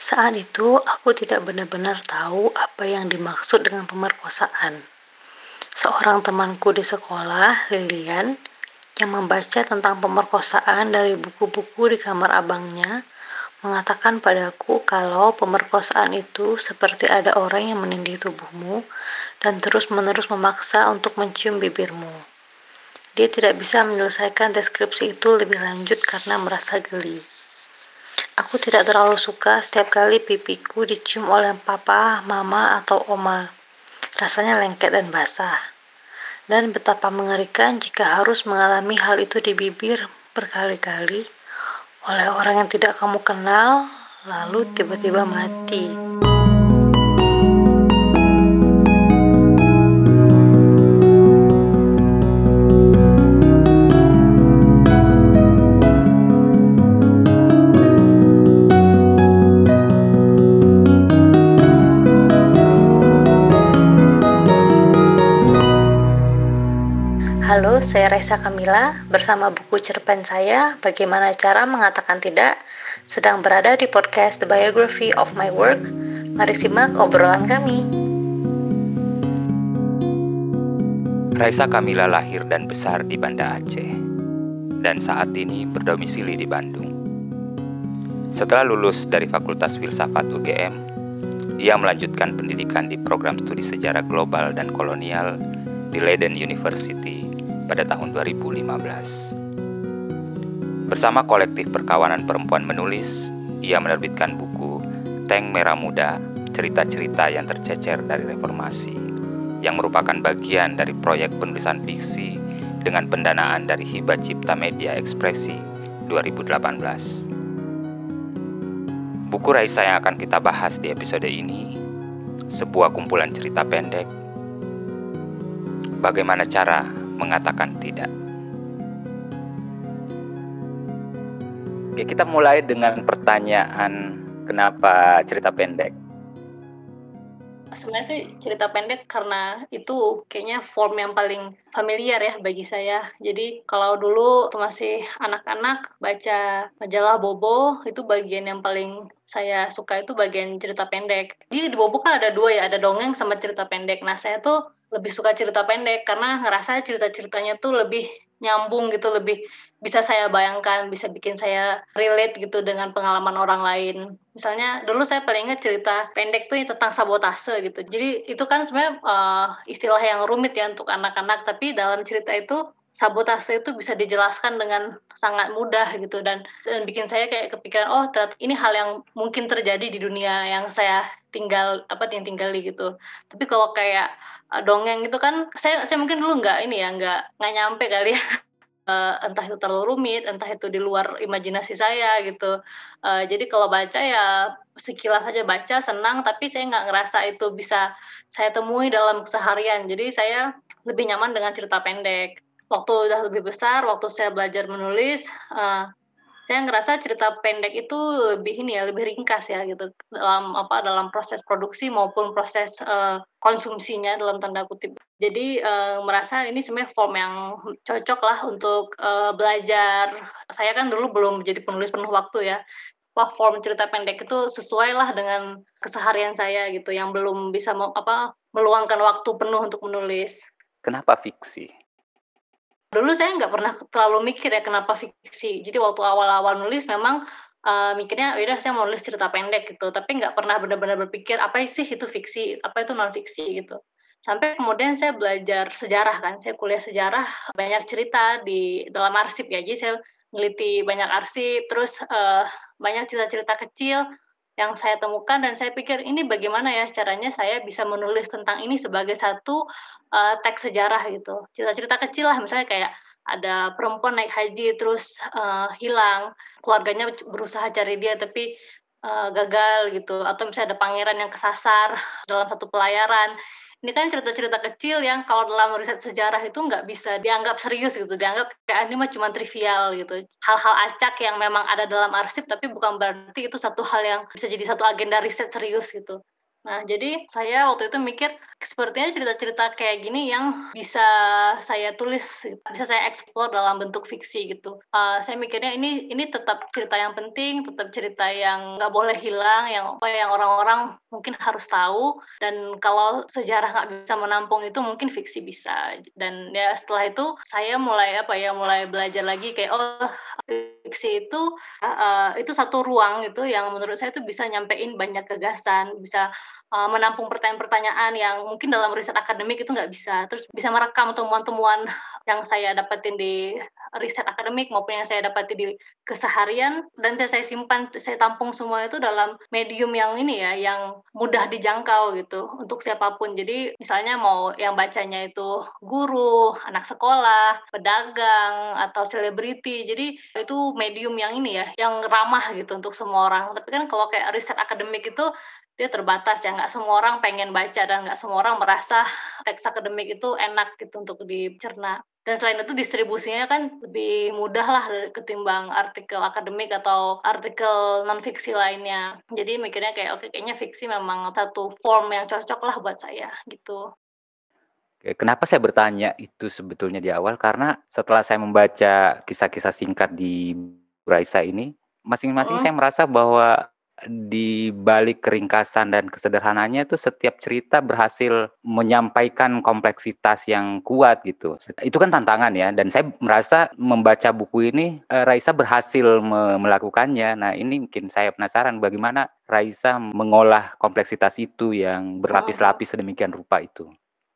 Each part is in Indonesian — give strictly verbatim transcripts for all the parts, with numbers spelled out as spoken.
Saat itu, aku tidak benar-benar tahu apa yang dimaksud dengan pemerkosaan. Seorang temanku di sekolah, Lilian, yang membaca tentang pemerkosaan dari buku-buku di kamar abangnya, mengatakan padaku kalau pemerkosaan itu seperti ada orang yang menindih tubuhmu dan terus-menerus memaksa untuk mencium bibirmu. Dia tidak bisa menyelesaikan deskripsi itu lebih lanjut karena merasa geli. Aku tidak terlalu suka setiap kali pipiku dicium oleh papa, mama, atau oma. Rasanya lengket dan basah. Dan betapa mengerikan jika harus mengalami hal itu di bibir berkali-kali oleh orang yang tidak kamu kenal, lalu tiba-tiba mati. Halo, saya Raisa Kamila. Bersama buku cerpen saya, Bagaimana Cara Mengatakan Tidak, sedang berada di podcast The Biography of My Work. Mari simak obrolan kami. Raisa Kamila lahir dan besar di Banda Aceh, dan saat ini berdomisili di Bandung. Setelah lulus dari Fakultas Filsafat U G M, ia melanjutkan pendidikan di program studi sejarah global dan kolonial di Leiden University pada tahun dua ribu lima belas. Bersama kolektif perkawanan perempuan menulis, ia menerbitkan buku Tank Merah Muda, cerita-cerita yang tercecer dari reformasi, yang merupakan bagian dari proyek penulisan fiksi dengan pendanaan dari Hibah Cipta Media Ekspresi dua ribu delapan belas. Buku Raisa yang akan kita bahas di episode ini, sebuah kumpulan cerita pendek, Bagaimana Cara Mengatakan Tidak. Oke, kita mulai dengan pertanyaan, kenapa cerita pendek? Sebenarnya sih cerita pendek karena itu kayaknya form yang paling familiar ya bagi saya. Jadi kalau dulu waktu masih anak-anak baca majalah Bobo, itu bagian yang paling saya suka itu bagian cerita pendek. Jadi di Bobo kan ada dua ya, ada dongeng sama cerita pendek. Nah saya tuh lebih suka cerita pendek karena ngerasa cerita-ceritanya tuh lebih nyambung gitu, lebih bisa saya bayangkan, bisa bikin saya relate gitu dengan pengalaman orang lain. Misalnya dulu saya paling ingat cerita pendek tuh yang tentang sabotase gitu. Jadi itu kan sebenarnya uh, istilah yang rumit ya untuk anak-anak, tapi dalam cerita itu sabotase itu bisa dijelaskan dengan sangat mudah gitu, dan dan bikin saya kayak kepikiran, oh ternyata ini hal yang mungkin terjadi di dunia yang saya tinggal apa yang tinggali gitu. Tapi kalau kayak uh, dongeng itu kan saya saya mungkin dulu nggak ini ya nggak nggak nyampe kali ya. Uh, entah itu terlalu rumit, entah itu di luar imajinasi saya gitu. Uh, jadi kalau baca ya sekilas saja baca, senang, tapi saya nggak ngerasa itu bisa saya temui dalam keseharian. Jadi saya lebih nyaman dengan cerita pendek. Waktu udah lebih besar, waktu saya belajar menulis, uh, saya ngerasa cerita pendek itu lebih ini ya, lebih ringkas ya gitu dalam apa dalam proses produksi maupun proses uh, konsumsinya dalam tanda kutip. Jadi uh, merasa ini sebenarnya form yang cocok lah untuk uh, belajar. Saya kan dulu belum jadi penulis penuh waktu ya. Wah, form cerita pendek itu sesuai lah dengan keseharian saya gitu, yang belum bisa mau apa meluangkan waktu penuh untuk menulis. Kenapa fiksi? Dulu saya nggak pernah terlalu mikir ya kenapa fiksi. Jadi waktu awal-awal nulis memang, eee, mikirnya, ya udah saya mau nulis cerita pendek gitu, tapi nggak pernah benar-benar berpikir, apa sih itu fiksi, apa itu non fiksi gitu. Sampai kemudian saya belajar sejarah kan, saya kuliah sejarah, banyak cerita di dalam arsip ya, jadi saya neliti banyak arsip, terus, eee, banyak cerita-cerita kecil yang saya temukan dan saya pikir, ini bagaimana ya caranya saya bisa menulis tentang ini sebagai satu eee, teks sejarah gitu. Cerita-cerita kecil lah, misalnya kayak ada perempuan naik haji terus, eee, hilang, keluarganya berusaha cari dia tapi, eee, gagal gitu, atau misalnya ada pangeran yang kesasar dalam satu pelayaran. Ini kan cerita-cerita kecil yang kalau dalam riset sejarah itu nggak bisa dianggap serius gitu, dianggap kayak, "Ah, ini mah cuma trivial," gitu. Hal-hal acak yang memang ada dalam arsip, tapi bukan berarti itu satu hal yang bisa jadi satu agenda riset serius gitu. Nah, jadi saya waktu itu mikir, sepertinya cerita-cerita kayak gini yang bisa saya tulis, bisa saya eksplor dalam bentuk fiksi gitu. Eee, saya mikirnya ini ini tetap cerita yang penting, tetap cerita yang nggak boleh hilang, yang apa, yang orang-orang mungkin harus tahu, dan kalau sejarah nggak bisa menampung itu mungkin fiksi bisa. Dan ya setelah itu saya mulai apa ya, mulai belajar lagi kayak, oh fiksi itu, eee, itu satu ruang gitu yang menurut saya itu bisa nyampein banyak gagasan, bisa Eee, menampung pertanyaan-pertanyaan yang mungkin dalam riset akademik itu nggak bisa. Terus bisa merekam temuan-temuan yang saya dapetin di riset akademik maupun yang saya dapati di keseharian, dan saya simpan, saya tampung semua itu dalam medium yang ini ya, yang mudah dijangkau gitu untuk siapapun. Jadi misalnya mau yang bacanya itu guru, anak sekolah, pedagang, atau selebriti. Jadi itu medium yang ini ya, yang ramah gitu untuk semua orang. Tapi kan kalau kayak riset akademik itu dia terbatas ya, nggak semua orang pengen baca dan nggak semua orang merasa teks akademik itu enak gitu untuk dicerna. Dan selain itu distribusinya kan lebih mudah lah dari ketimbang artikel akademik atau artikel non-fiksi lainnya. Jadi mikirnya kayak, oke kayaknya fiksi memang satu form yang cocok lah buat saya, gitu. Oke, kenapa saya bertanya itu sebetulnya di awal, karena setelah saya membaca kisah-kisah singkat di Raisa ini, masing-masing saya Mhm, merasa bahwa di balik keringkasan dan kesederhanaannya itu setiap cerita berhasil menyampaikan kompleksitas yang kuat gitu. Itu kan tantangan ya, dan saya merasa membaca buku ini, eee, Raisa berhasil me melakukannya. Nah, ini bikin saya penasaran bagaimana Raisa mengolah kompleksitas itu yang mhm, mhm. berlapis-lapis sedemikian rupa itu.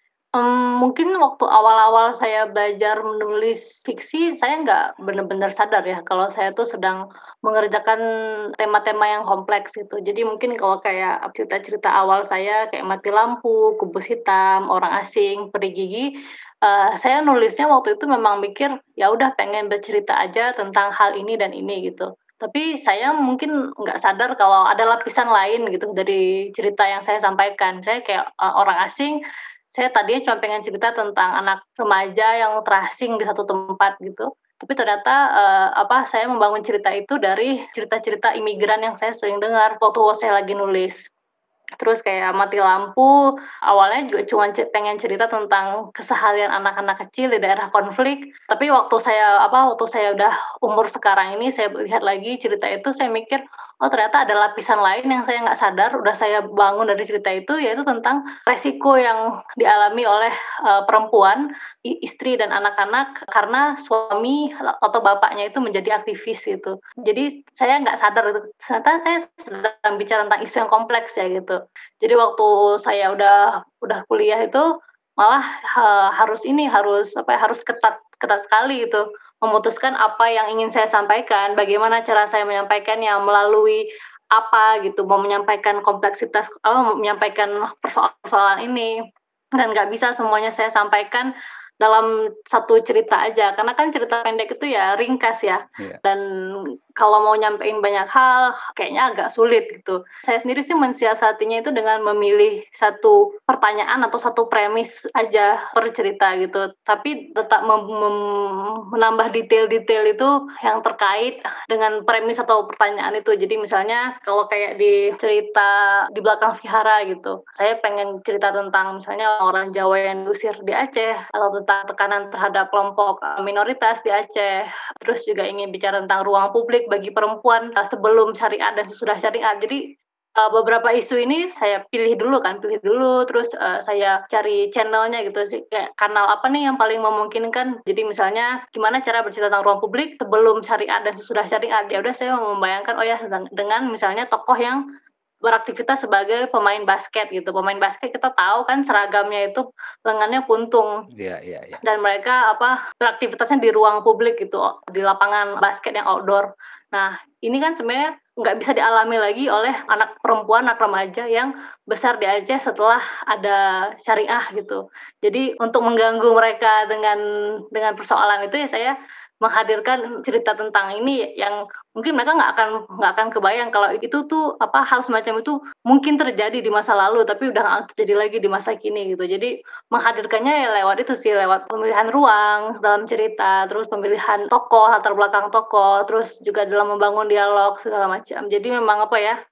Mmm, mungkin waktu awal-awal saya belajar menulis fiksi, saya nggak benar-benar sadar ya, kalau saya tuh sedang mengerjakan tema-tema yang kompleks gitu. Jadi mungkin kalau kayak cerita-cerita awal saya kayak Mati Lampu, Kubus Hitam, Orang Asing, Peri Gigi, eee, saya nulisnya waktu itu memang mikir, ya udah pengen bercerita aja tentang hal ini dan ini gitu. Tapi saya mungkin nggak sadar kalau ada lapisan lain gitu dari cerita yang saya sampaikan. Saya kayak, eee, Orang Asing, saya tadinya cuma pengen cerita tentang anak remaja yang terasing di satu tempat gitu, tapi ternyata, eee, apa, saya membangun cerita itu dari cerita-cerita imigran yang saya sering dengar waktu saya lagi nulis. Terus kayak Mati Lampu, awalnya juga cuma ce pengen cerita tentang keseharian anak-anak kecil di daerah konflik, tapi waktu saya, apa, waktu saya udah umur sekarang ini, saya lihat lagi cerita itu, saya mikir, "Oh, ternyata ada lapisan lain yang saya nggak sadar, udah saya bangun dari cerita itu," yaitu tentang resiko yang dialami oleh, eee, perempuan, i istri dan anak-anak karena suami atau bapaknya itu menjadi aktivis gitu. Jadi saya nggak sadar itu, ternyata saya sedang bicara tentang isu yang kompleks ya gitu. Jadi waktu saya udah udah kuliah itu malah, eee, harus ini, harus apa ya, harus ketat ketat sekali gitu, memutuskan apa yang ingin saya sampaikan, bagaimana cara saya menyampaikannya, melalui apa gitu, mau menyampaikan kompleksitas apa, menyampaikan persoalan-persoalan ini, dan nggak bisa semuanya saya sampaikan dalam satu cerita aja, karena kan cerita pendek itu ya ringkas ya, Iya. dan kalau mau nyampein banyak hal kayaknya agak sulit gitu. Saya sendiri sih mensiasatinya itu dengan memilih satu pertanyaan atau satu premis aja per cerita gitu, tapi tetap mem mem menambah detail-detail itu yang terkait dengan premis atau pertanyaan itu. Jadi misalnya kalau kayak di cerita Di Belakang Vihara gitu, saya pengen cerita tentang misalnya orang Jawa yang diusir di Aceh, atau tentang tekanan terhadap kelompok, eee, minoritas di Aceh. Terus juga ingin bicara tentang ruang publik bagi perempuan, eee, sebelum syariat dan sesudah syariat. Jadi, eee, beberapa isu ini saya pilih dulu kan, pilih dulu, terus, eee, saya cari channel-nya gitu sih, kayak kanal apa nih yang paling memungkinkan. Jadi misalnya gimana cara bercerita tentang ruang publik sebelum syariat dan sesudah syariat. Ya udah saya membayangkan, oh ya dengan dengan misalnya tokoh yang beraktivitas sebagai pemain basket gitu. Pemain basket kita tahu kan seragamnya itu lengannya puntung. Iya, iya, iya. Dan mereka, apa, beraktivitasnya di ruang publik gitu, o di lapangan basket yang outdoor. Nah, ini kan sebenarnya nggak bisa dialami lagi oleh anak perempuan, anak remaja yang besar di Aceh setelah ada syariah gitu. Jadi untuk mengganggu mereka dengan dengan persoalan itu ya saya menghadirkan cerita tentang ini yang mungkin mereka nggak akan nggak akan kebayang kalau itu tuh, apa, hal semacam itu mungkin terjadi di masa lalu, tapi udah nggak terjadi lagi di masa kini gitu. Jadi menghadirkannya ya lewat itu sih, lewat pemilihan ruang dalam cerita, terus pemilihan tokoh, latar belakang tokoh, terus juga dalam membangun dialog segala macam. Jadi memang apa ya,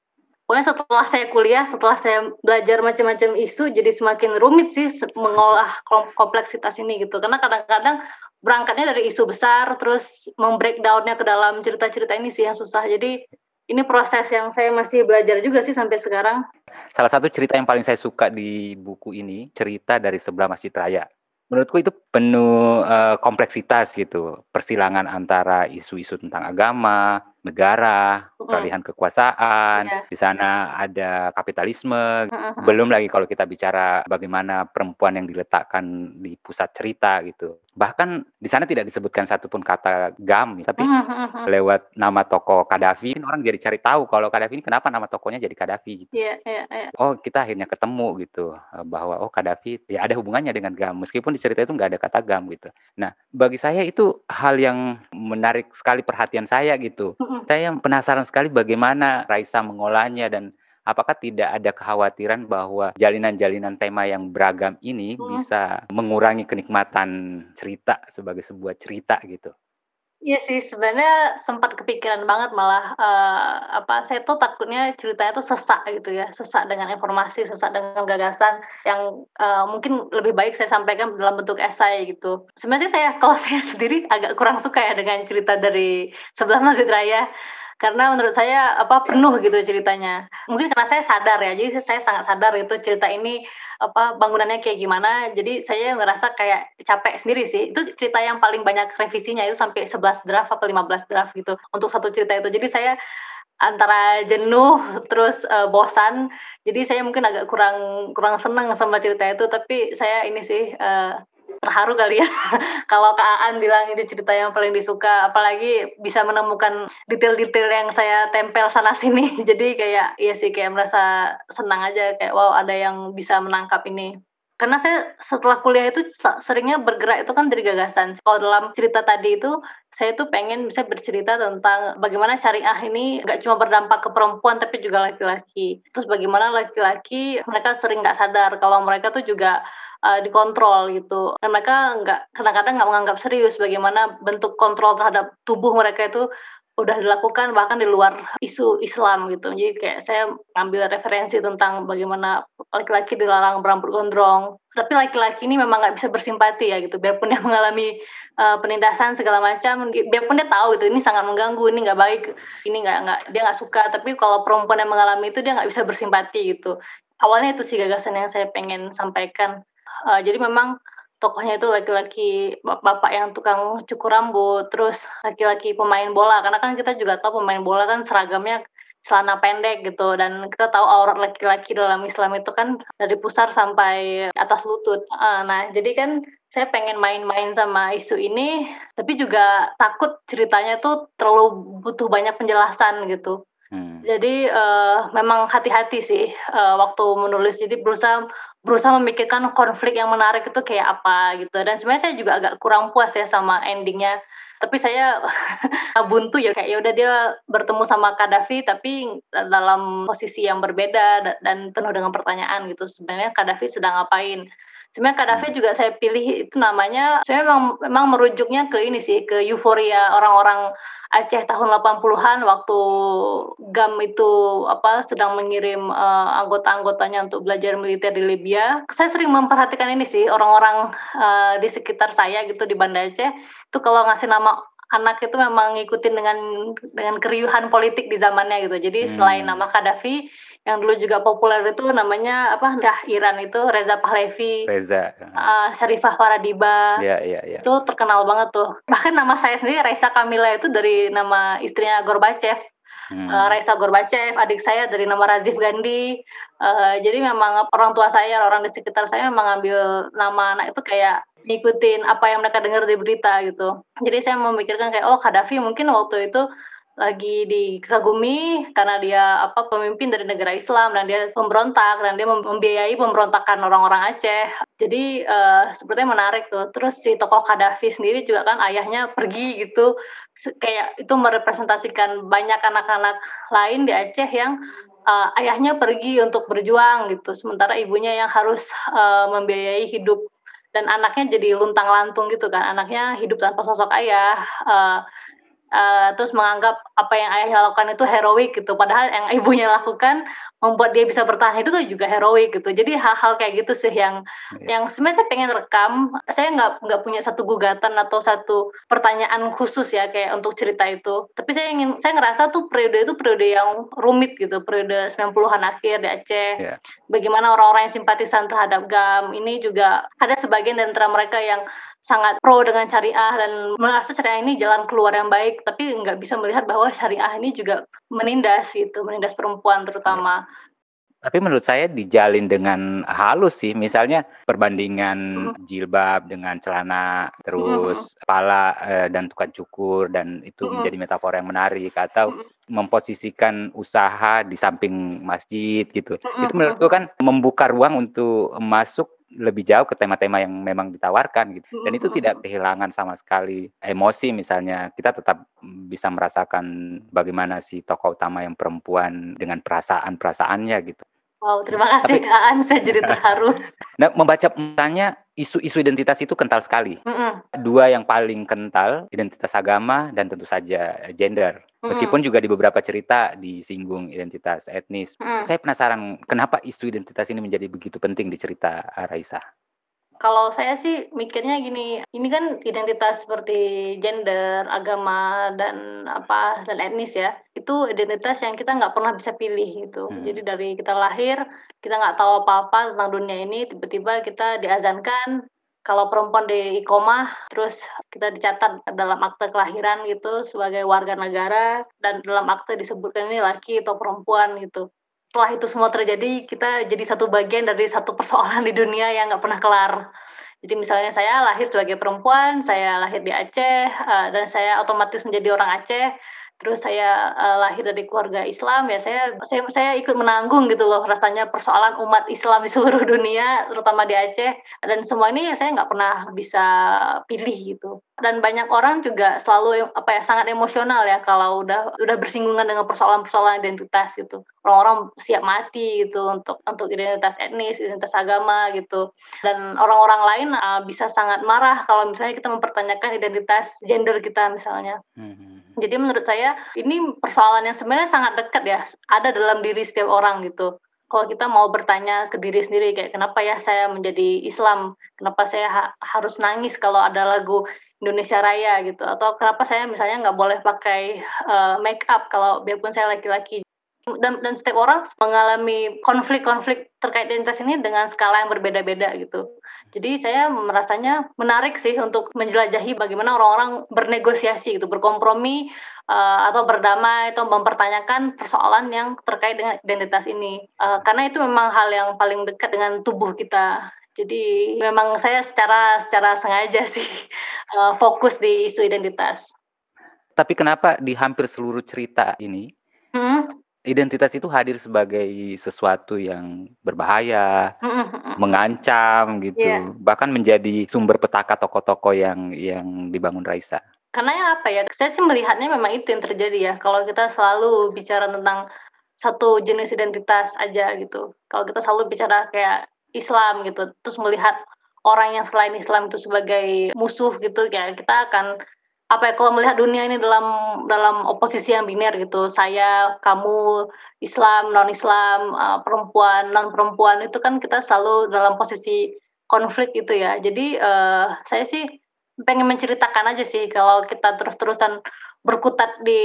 Pokoknya setelah saya kuliah, setelah saya belajar macam-macam isu, jadi semakin rumit sih se mengolah kom kompleksitas ini gitu. Karena kadang-kadang berangkatnya dari isu besar, terus mem-breakdown-nya ke dalam cerita-cerita ini sih yang susah. Jadi ini proses yang saya masih belajar juga sih sampai sekarang. Salah satu cerita yang paling saya suka di buku ini, cerita dari sebelah Masjid Raya. Menurutku itu penuh, eee, kompleksitas gitu, persilangan antara isu-isu tentang agama, negara, Mhm, peralihan kekuasaan, iya. di sana ada kapitalisme, Heeh heeh. belum lagi kalau kita bicara bagaimana perempuan yang diletakkan di pusat cerita gitu. Bahkan di sana tidak disebutkan satupun kata GAM, tapi Mhm mhm mhm. lewat nama tokoh Qaddafi, orang jadi cari tahu kalau Qaddafi ini kenapa nama tokohnya jadi Qaddafi gitu. Iya iya iya. Oh, kita akhirnya ketemu gitu, eee, bahwa, oh Qaddafi ya ada hubungannya dengan GAM, meskipun di cerita itu nggak ada kata GAM gitu. Nah, bagi saya itu hal yang menarik sekali perhatian saya gitu. Mhm Saya penasaran sekali bagaimana Raisa mengolahnya dan apakah tidak ada kekhawatiran bahwa jalinan-jalinan tema yang beragam ini mhm. bisa mengurangi kenikmatan cerita sebagai sebuah cerita gitu? Iya sih, sebenarnya sempat kepikiran banget malah, eee, apa, saya tuh takutnya ceritanya tuh sesak gitu ya, sesak dengan informasi, sesak dengan gagasan yang, eee, mungkin lebih baik saya sampaikan dalam bentuk esai gitu. Sebenarnya sih saya kalau saya sendiri agak kurang suka ya dengan cerita dari Sebelah Masjid Raya, karena menurut saya, apa, penuh gitu ceritanya. Mungkin karena saya sadar ya, jadi saya sangat sadar itu cerita ini, apa, bangunannya kayak gimana, jadi saya ngerasa kayak capek sendiri sih. Itu cerita yang paling banyak revisinya itu sampai sebelas draft apa lima belas draft gitu, untuk satu cerita itu. Jadi saya antara jenuh, terus, eee, bosan, jadi saya mungkin agak kurang kurang seneng sama cerita itu, tapi saya ini sih, eee, terharu kali ya kalau Kak Aan bilang ini cerita yang paling disuka, apalagi bisa menemukan detail-detail yang saya tempel sana sini. Jadi kayak iya sih, kayak merasa senang aja, kayak, wow ada yang bisa menangkap ini. Karena saya setelah kuliah itu sa seringnya bergerak itu kan dari gagasan. Kalau dalam cerita tadi itu, saya tuh pengen bisa bercerita tentang bagaimana syariah ini nggak cuma berdampak ke perempuan, tapi juga laki-laki. Terus bagaimana laki-laki mereka sering nggak sadar kalau mereka tuh juga, eee, dikontrol gitu, dan mereka nggak kadang-kadang nggak menganggap serius bagaimana bentuk kontrol terhadap tubuh mereka itu udah dilakukan bahkan di luar isu Islam gitu. Jadi kayak saya ngambil referensi tentang bagaimana laki-laki dilarang berambut gondrong, tapi laki-laki ini memang nggak bisa bersimpati ya gitu, biarpun dia mengalami, eee, penindasan segala macam, gi biarpun dia tahu itu ini sangat mengganggu, ini nggak baik, ini nggak nggak dia nggak suka, tapi kalau perempuan yang mengalami itu dia nggak bisa bersimpati gitu. Awalnya itu sih gagasan yang saya pengen sampaikan, eee, jadi memang tokohnya itu laki-laki bap bapak yang tukang cukur rambut, terus laki-laki pemain bola, karena kan kita juga tahu pemain bola kan seragamnya celana pendek gitu, dan kita tahu aurat laki-laki dalam Islam itu kan dari pusar sampai atas lutut, heeh. Nah, jadi kan saya pengen main-main sama isu ini, tapi juga takut ceritanya tuh terlalu butuh banyak penjelasan gitu. Hmm. Jadi, eee, memang hati-hati sih, eee, waktu menulis. Jadi berusaha berusaha memikirkan konflik yang menarik itu kayak apa gitu, dan sebenarnya saya juga agak kurang puas ya sama ending-nya. Tapi saya buntu ya, kayak ya udah dia bertemu sama Qaddafi tapi dalam posisi yang berbeda da dan penuh dengan pertanyaan gitu, sebenarnya Qaddafi sedang ngapain. Sebenarnya Qaddafi Hmm. juga saya pilih itu namanya sebenarnya memang memang merujuknya ke ini sih, ke euforia orang-orang Aceh tahun delapan puluhan waktu GAM itu, apa, sedang mengirim, eee, anggota-anggotanya untuk belajar militer di Libya. Saya sering memperhatikan ini sih, orang-orang, eee, di sekitar saya gitu di Banda Aceh, itu kalau ngasih nama anak itu memang ngikutin dengan dengan keriuhan politik di zamannya gitu. Jadi selain Mmm. nama Qaddafi, yang dulu juga populer itu namanya, apa, Shah Iran itu Reza Pahlavi, Reza, heeh. heeh, Sharifah Faradiba. Iya iya iya. Itu terkenal banget tuh. Bahkan nama saya sendiri Raisa Kamila itu dari nama istrinya Gorbachev, eee, Mmm. Raisa Gorbachev, adik saya dari nama Rajiv Gandhi, eee, jadi memang orang tua saya, orang di sekitar saya memang ngambil nama anak itu kayak ngikutin apa yang mereka dengar di berita gitu. Jadi saya memikirkan kayak, oh Qaddafi mungkin waktu itu lagi dikagumi karena dia, apa, pemimpin dari negara Islam dan dia pemberontak dan dia mem membiayai pemberontakan orang-orang Aceh. Jadi, eee, sepertinya menarik tuh. Terus si tokoh Qaddafi sendiri juga kan ayahnya pergi gitu, se kayak itu merepresentasikan banyak anak-anak lain di Aceh yang, eee, ayahnya pergi untuk berjuang gitu, sementara ibunya yang harus, eee, membiayai hidup dan anaknya jadi luntang-lantung gitu kan, anaknya hidup tanpa sosok ayah, eee eee, terus menganggap apa yang ayahnya lakukan itu heroik gitu, padahal yang ibunya lakukan membuat dia bisa bertahan itu tuh juga heroik gitu. Jadi hal-hal kayak gitu sih yang Iya. yang sebenarnya saya pengen rekam, saya nggak nggak punya satu gugatan atau satu pertanyaan khusus ya kayak untuk cerita itu. Tapi saya ingin saya ngerasa tuh periode itu periode yang rumit gitu, periode sembilan puluhan akhir di Aceh. Iya. Bagaimana orang-orang yang simpatisan terhadap G A M, ini juga ada sebagian di antara mereka yang sangat pro dengan syariah dan merasa syariah ini jalan keluar yang baik, tapi nggak bisa melihat bahwa syariah ini juga menindas gitu, menindas perempuan Iya. terutama. Tapi menurut saya dijalin dengan halus sih, misalnya perbandingan Mhm. jilbab dengan celana, Mhm mhm. terus kepala, eee, dan tukang cukur dan itu menjadi Mhm. metafora yang menarik, atau Mhm. memposisikan usaha di samping masjid gitu. Mhm Itu mhm menurutku mhm. kan membuka ruang untuk masuk lebih jauh ke tema-tema yang memang ditawarkan gitu, dan Mhm itu mhm tidak mhm. kehilangan sama sekali emosi misalnya, kita tetap bisa merasakan bagaimana si tokoh utama yang perempuan dengan perasaan-perasaannya gitu. Wow, terima kasih Tapi Kak Aan, saya jadi terharu. nah, membaca misalnya isu-isu identitas itu kental sekali. Mhm. Dua yang paling kental, identitas agama dan tentu saja gender. Mhm. Meskipun juga di beberapa cerita disinggung identitas etnis. Mhm. Saya penasaran kenapa isu identitas ini menjadi begitu penting di cerita, eee, Raisa? Kalau saya sih mikirnya gini, ini kan identitas seperti gender, agama, dan apa, dan etnis ya, itu identitas yang kita nggak pernah bisa pilih gitu. Jadi Mhm. dari kita lahir, kita nggak tahu apa-apa tentang dunia ini, tiba-tiba kita diazankan, kalau perempuan diiqomah, terus kita dicatat dalam akte kelahiran gitu sebagai warga negara, dan dalam akte disebutkan ini laki atau perempuan gitu. Setelah itu semua terjadi, kita jadi satu bagian dari satu persoalan di dunia yang nggak pernah kelar. Jadi misalnya saya lahir sebagai perempuan, saya lahir di Aceh, eee, dan saya otomatis menjadi orang Aceh, terus saya, eee, lahir dari keluarga Islam, ya saya saya saya ikut menanggung gitu loh rasanya persoalan umat Islam di seluruh dunia, terutama di Aceh, dan semua ini saya nggak pernah bisa pilih gitu. Dan banyak orang juga selalu, apa ya, sangat emosional ya kalau udah udah bersinggungan dengan persoalan-persoalan identitas gitu. Orang-orang siap mati gitu untuk untuk identitas etnis, identitas agama gitu. Dan orang-orang lain, eee, bisa sangat marah kalau misalnya kita mempertanyakan identitas gender kita misalnya. Mhm. Jadi menurut saya ini persoalan yang sebenarnya sangat dekat ya, ada dalam diri setiap orang gitu. Kalau kita mau bertanya ke diri sendiri kayak, "Kenapa ya saya menjadi Islam? Kenapa saya ha harus nangis kalau ada lagu Indonesia Raya?" Gitu, atau kenapa saya misalnya nggak boleh pakai, eee, make up kalau biarpun saya laki-laki. Dan dan setiap orang mengalami konflik-konflik terkait identitas ini dengan skala yang berbeda-beda gitu. Jadi saya merasanya menarik sih untuk menjelajahi bagaimana orang-orang bernegosiasi gitu, berkompromi, eee, atau berdamai atau mempertanyakan persoalan yang terkait dengan identitas ini. Eee, karena itu memang hal yang paling dekat dengan tubuh kita. Jadi memang saya secara secara sengaja sih, eee, fokus di isu identitas. Tapi kenapa di hampir seluruh cerita ini, Mhm. identitas itu hadir sebagai sesuatu yang berbahaya, Mhm mhm mhm. mengancam Iya. gitu, bahkan menjadi sumber petaka tokoh-tokoh yang yang dibangun Raisa? Karena ya apa ya, saya sih melihatnya memang itu yang terjadi ya, kalau kita selalu bicara tentang satu jenis identitas aja gitu. Kalau kita selalu bicara kayak Islam gitu, terus melihat orang yang selain Islam itu sebagai musuh gitu, ya kita akan apa ya, kalau melihat dunia ini dalam dalam oposisi yang biner gitu, saya, kamu, Islam, non-Islam, eee, perempuan, non-perempuan, itu kan kita selalu dalam posisi konflik gitu ya. Jadi, eee, saya sih pengen menceritakan aja sih kalau kita terus-terusan berkutat di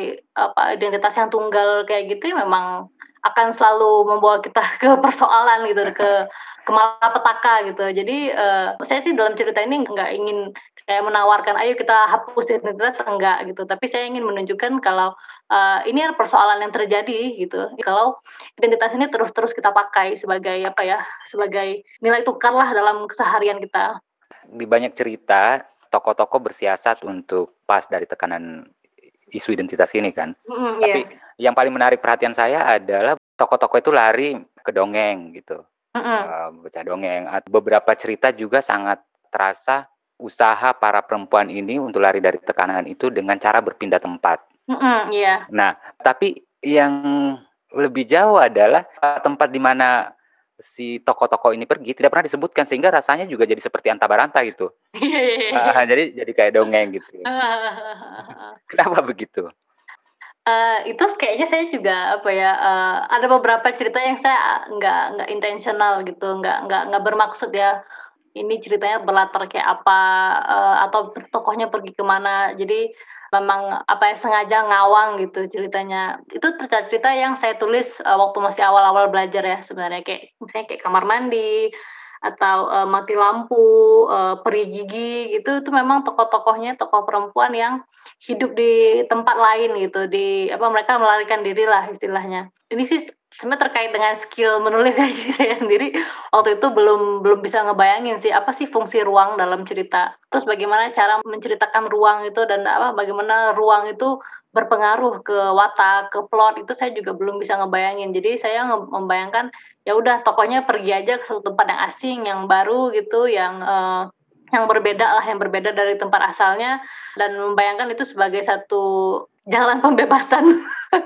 apa, identitas yang tunggal kayak gitu ya memang akan selalu membawa kita ke persoalan gitu, ke ke malapetaka gitu. Jadi, eee, saya sih dalam cerita ini nggak ingin kayak menawarkan, "Ayo kita hapus identitas," enggak gitu. Tapi saya ingin menunjukkan kalau, eee, ini adalah persoalan yang terjadi gitu, kalau identitas ini terus-terus kita pakai sebagai apa ya, sebagai nilai tukarlah dalam keseharian kita. Di banyak cerita, tokoh-tokoh bersiasat untuk pas dari tekanan isu identitas ini kan. Mhm, Tapi iya. yang paling menarik perhatian saya adalah tokoh-tokoh itu lari ke dongeng gitu, Mhm. eee, baca dongeng. At beberapa cerita juga sangat terasa usaha para perempuan ini untuk lari dari tekanan itu dengan cara berpindah tempat. Mhm, iya. Nah, tapi yang lebih jauh adalah tempat di mana si tokoh-tokoh ini pergi tidak pernah disebutkan sehingga rasanya juga jadi seperti Anta Baranta gitu. Iya iya iya iya. Heeh, jadi jadi kayak dongeng gitu. Heeh heeh heeh heeh. Kenapa begitu? Eee, itu kayaknya saya juga apa ya, eee, ada beberapa cerita yang saya nggak nggak intentional gitu, nggak nggak nggak bermaksud ya, ini ceritanya berlatar kayak apa, eee, atau tokohnya pergi ke mana. Jadi memang apa ya, sengaja ngawang gitu ceritanya. Itu cerita-cerita yang saya tulis, eee, waktu masih awal-awal belajar ya sebenarnya, kayak misalnya kayak Kamar Mandi, atau, eee, Mati Lampu, eee, Peri Gigi, itu itu memang tokoh-tokohnya tokoh perempuan yang hidup di tempat lain gitu, di apa, mereka melarikan diri lah istilahnya. Ini sih sebenarnya terkait dengan skill menulis ya, jadi saya sendiri waktu itu belum belum bisa ngebayangin sih, apa sih fungsi ruang dalam cerita. Terus bagaimana cara menceritakan ruang itu dan apa, bagaimana ruang itu berpengaruh ke watak, ke plot, itu saya juga belum bisa ngebayangin. Jadi saya nge membayangkan, ya udah tokohnya pergi aja ke satu tempat yang asing, yang baru gitu, yang, eee, yang berbeda lah, yang berbeda dari tempat asalnya, dan membayangkan itu sebagai satu jalan pembebasan.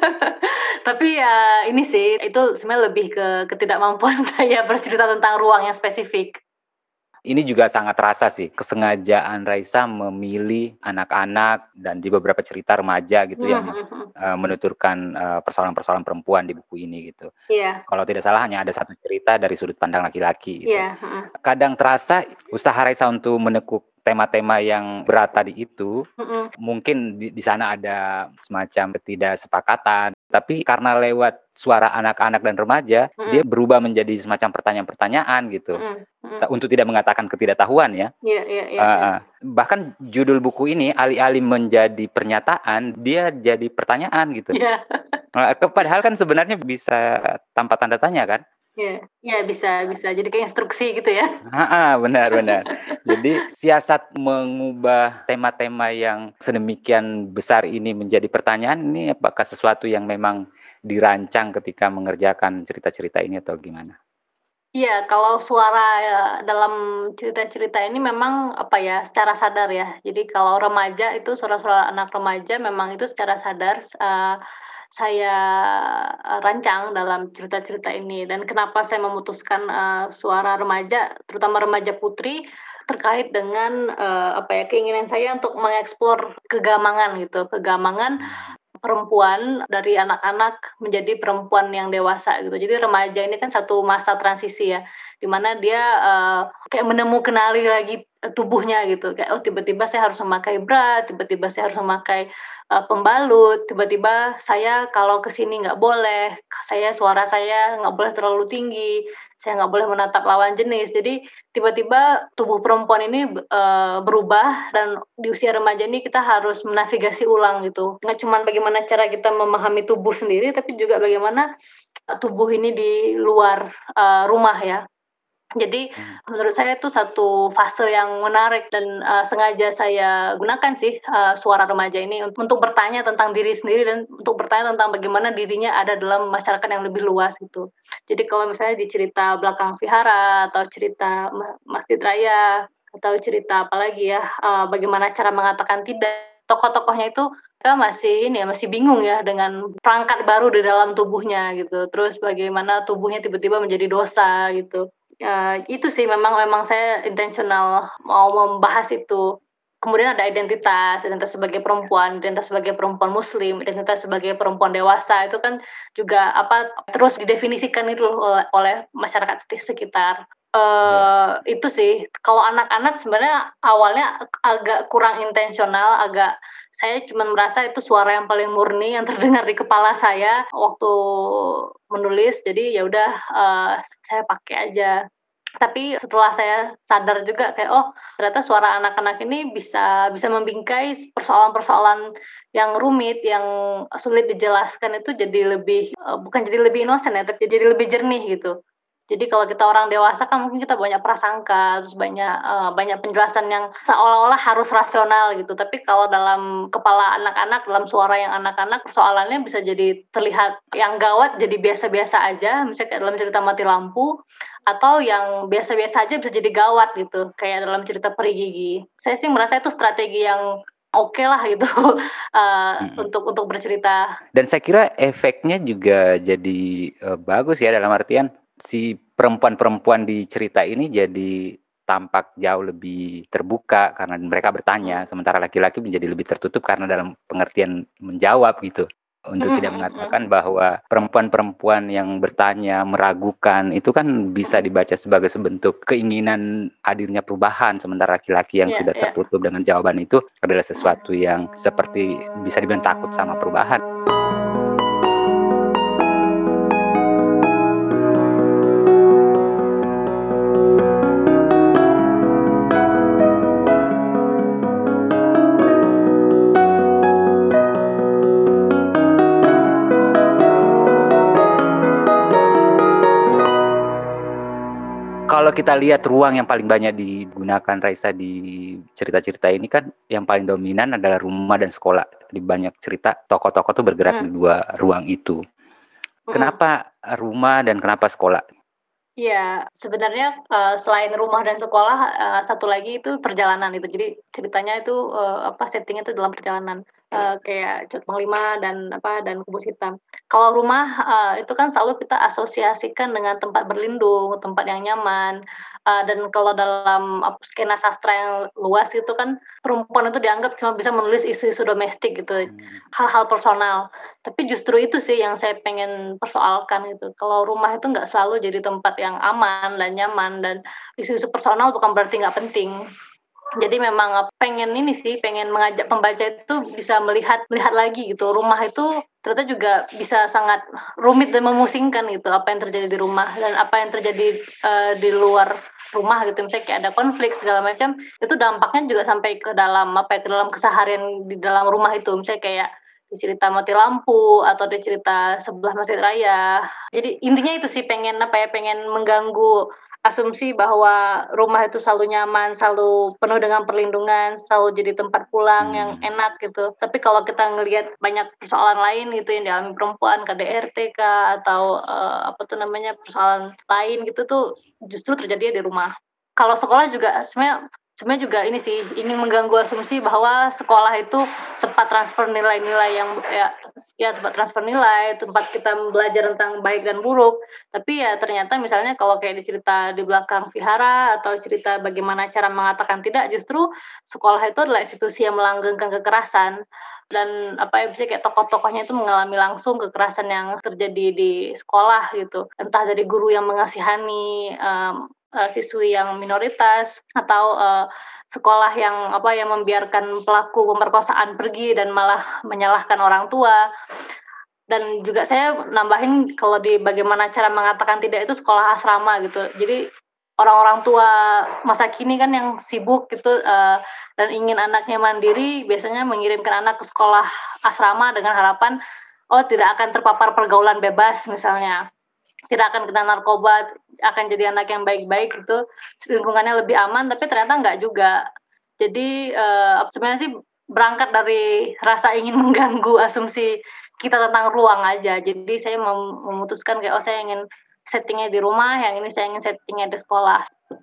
Tapi ya ini sih, itu sebenarnya lebih ke ketidakmampuan saya bercerita tentang ruang yang spesifik. Ini juga sangat terasa sih, kesengajaan Raisa memilih anak-anak dan di beberapa cerita remaja gitu Mhm yang, mhm mhm. eee, menuturkan, eee, persoalan-persoalan perempuan di buku ini gitu. Iya Kalau tidak salah hanya ada satu cerita dari sudut pandang laki-laki gitu. iya, mhm Kadang terasa usaha Raisa untuk menekuk tema-tema yang berat tadi itu, mhm mungkin di di sana ada semacam ketidaksepakatan, tapi karena lewat suara anak-anak dan remaja, dia mhm berubah menjadi semacam pertanyaan-pertanyaan gitu. mhm Ta mhm. untuk tidak mengatakan ketidaktahuan ya, Iya iya iya iya. heeh. Bahkan judul buku ini alih-alih menjadi pernyataan, dia jadi pertanyaan gitu. Iya Heeh, ke padahal kan sebenarnya bisa tanpa tanda tanya kan? iya iya, bisa bisa, jadi kayak instruksi gitu ya. Heeh, benar benar. Jadi siasat mengubah tema-tema yang sedemikian besar ini menjadi pertanyaan, ini apakah sesuatu yang memang dirancang ketika mengerjakan cerita-cerita ini atau gimana? Iya, kalau suara, eee, dalam cerita-cerita ini memang, apa ya, secara sadar ya. Jadi kalau remaja itu suara-suara anak remaja memang itu secara sadar, eee, saya, eee, rancang dalam cerita-cerita ini. Dan kenapa saya memutuskan, eee, suara remaja, terutama remaja putri, terkait dengan, eee, apa ya, keinginan saya untuk mengeksplor kegamangan gitu, kegamangan Mmm. perempuan dari anak-anak menjadi perempuan yang dewasa gitu. Jadi remaja ini kan satu masa transisi ya, di mana dia, eee, kayak menemu kenali lagi, eee, tubuhnya gitu. Kayak, oh tiba-tiba saya harus memakai bra, tiba-tiba saya harus memakai, eee, pembalut, tiba-tiba saya kalau ke sini nggak boleh, saya suara saya nggak boleh terlalu tinggi, saya nggak boleh menatap lawan jenis. Jadi tiba-tiba tubuh perempuan ini, eee, berubah dan di usia remaja ini kita harus menavigasi ulang gitu. Nggak cuman bagaimana cara kita memahami tubuh sendiri, tapi juga bagaimana, eee, tubuh ini di luar, eee, rumah ya. Jadi Mmm. menurut saya itu satu fase yang menarik dan, eee, sengaja saya gunakan sih, eee, suara remaja ini un untuk bertanya tentang diri sendiri dan untuk bertanya tentang bagaimana dirinya ada dalam masyarakat yang lebih luas gitu. Jadi kalau misalnya di cerita Belakang Vihara atau cerita Ma Masjid Raya atau cerita apalagi ya, eee, bagaimana cara mengatakan tidak, tokoh-tokohnya itu kita masih ini ya, masih bingung ya dengan perangkat baru di dalam tubuhnya gitu. Terus bagaimana tubuhnya tiba-tiba menjadi dosa gitu. Eee, itu sih memang memang saya intentional mau membahas itu. Kemudian ada identitas, identitas sebagai perempuan, identitas sebagai perempuan muslim, identitas sebagai perempuan dewasa, itu kan juga apa, terus didefinisikan itu oleh oleh masyarakat seti sekitar. Iya. Eee, itu sih, kalau anak-anak sebenarnya awalnya agak kurang intensional, agak saya cuman merasa itu suara yang paling murni yang terdengar di kepala saya waktu menulis, jadi ya udah, eee, saya pakai aja. Tapi setelah saya sadar juga kayak, oh ternyata suara anak-anak ini bisa bisa membingkai persoalan-persoalan yang rumit, yang sulit dijelaskan itu jadi lebih, eee, bukan jadi lebih inosen ya, tapi jadi lebih jernih gitu. Jadi kalau kita orang dewasa kan mungkin kita banyak prasangka, terus banyak, eee, banyak penjelasan yang seolah-olah harus rasional gitu, tapi kalau dalam kepala anak-anak, dalam suara yang anak-anak, persoalannya bisa jadi terlihat yang gawat jadi biasa-biasa aja, misalnya kayak dalam cerita Mati Lampu, atau yang biasa-biasa aja bisa jadi gawat gitu, kayak dalam cerita Peri Gigi. Saya sih merasa itu strategi yang oke lah gitu, eee, Mhm. untuk untuk bercerita. Dan saya kira efeknya juga jadi, eee, bagus ya dalam artian si perempuan-perempuan di cerita ini jadi tampak jauh lebih terbuka karena mereka bertanya, Mhm. sementara laki-laki menjadi lebih tertutup karena dalam pengertian menjawab gitu. Untuk Mhm tidak mhm mhm. mengatakan bahwa perempuan-perempuan yang bertanya, meragukan, itu kan bisa Mhm. dibaca sebagai sebentuk keinginan hadirnya perubahan, sementara laki-laki yang Iya sudah iya. tertutup dengan jawaban itu adalah Mhm. sesuatu yang seperti bisa dibilang takut sama perubahan. Kalau kita lihat ruang yang paling banyak digunakan Raisa di cerita-cerita ini kan yang paling dominan adalah rumah dan sekolah. Di banyak cerita tokoh-tokoh tuh bergerak di Mhm. dua ruang itu. Mhm. Kenapa rumah dan kenapa sekolah? Iya, sebenarnya, eee, selain rumah dan sekolah, eee, satu lagi itu perjalanan itu. Jadi ceritanya itu, eee, apa, setting-nya itu dalam perjalanan, eee, kayak Cut Panglima dan apa, dan Kubus Hitam. Kalau rumah, eee, itu kan selalu kita asosiasikan dengan tempat berlindung, tempat yang nyaman, eee, dan kalau dalam ap skena sastra yang luas itu kan perempuan itu dianggap cuma bisa menulis isu-isu domestik gitu, Mmm. hal-hal personal. Tapi justru itu sih yang saya pengen persoalkan gitu. Kalau rumah itu nggak selalu jadi tempat yang aman dan nyaman dan isu-isu personal bukan berarti nggak penting. Jadi memang ep pengen ini sih, pengen mengajak pembaca itu bisa melihat melihat lagi gitu, rumah itu ternyata juga bisa sangat rumit dan memusingkan gitu, apa yang terjadi di rumah dan apa yang terjadi, eee, di luar rumah gitu. Misalnya kayak ada konflik segala macam, itu dampaknya juga sampai ke dalam apa ya, ke dalam keseharian di dalam rumah itu. Misalnya kayak di cerita mati lampu atau di cerita sebelah masjid raya. Jadi intinya itu sih pengen apa ya, pengen mengganggu asumsi bahwa rumah itu selalu nyaman, selalu penuh dengan perlindungan, selalu jadi tempat pulang yang Mmm. enak gitu. Tapi kalau kita ngelihat banyak persoalan lain gitu yang dialami perempuan, K D R T kah, atau, eee, apa tuh namanya, persoalan lain gitu tuh justru terjadinya di rumah. Kalau sekolah juga sebenarnya sebenarnya juga ini sih, ingin mengganggu asumsi bahwa sekolah itu tempat transfer nilai-nilai yang ya ya tempat transfer nilai, tempat kita belajar tentang baik dan buruk. Tapi ya ternyata misalnya kalau kayak di cerita di belakang Vihara atau cerita bagaimana cara mengatakan tidak, justru sekolah itu adalah institusi yang melanggengkan kekerasan dan apa ya, misalnya kayak tokoh-tokohnya itu mengalami langsung kekerasan yang terjadi di sekolah gitu. Entah dari guru yang mengasihani, mmm, eee, siswi yang minoritas atau, eee, sekolah yang apa, yang membiarkan pelaku pemerkosaan pergi dan malah menyalahkan orang tua. Dan juga saya nambahin kalau di bagaimana cara mengatakan tidak itu sekolah asrama gitu. Jadi orang-orang tua masa kini kan yang sibuk gitu, eee, dan ingin anaknya mandiri biasanya mengirimkan anak ke sekolah asrama dengan harapan, oh tidak akan terpapar pergaulan bebas misalnya, tidak akan kena narkoba, akan jadi anak yang baik-baik gitu, lingkungannya lebih aman, tapi ternyata enggak juga. Jadi, eee, sebenarnya sih berangkat dari rasa ingin mengganggu asumsi kita tentang ruang aja. Jadi saya mem memutuskan kayak, oh saya ingin setting-nya di rumah, yang ini saya ingin setting-nya di sekolah.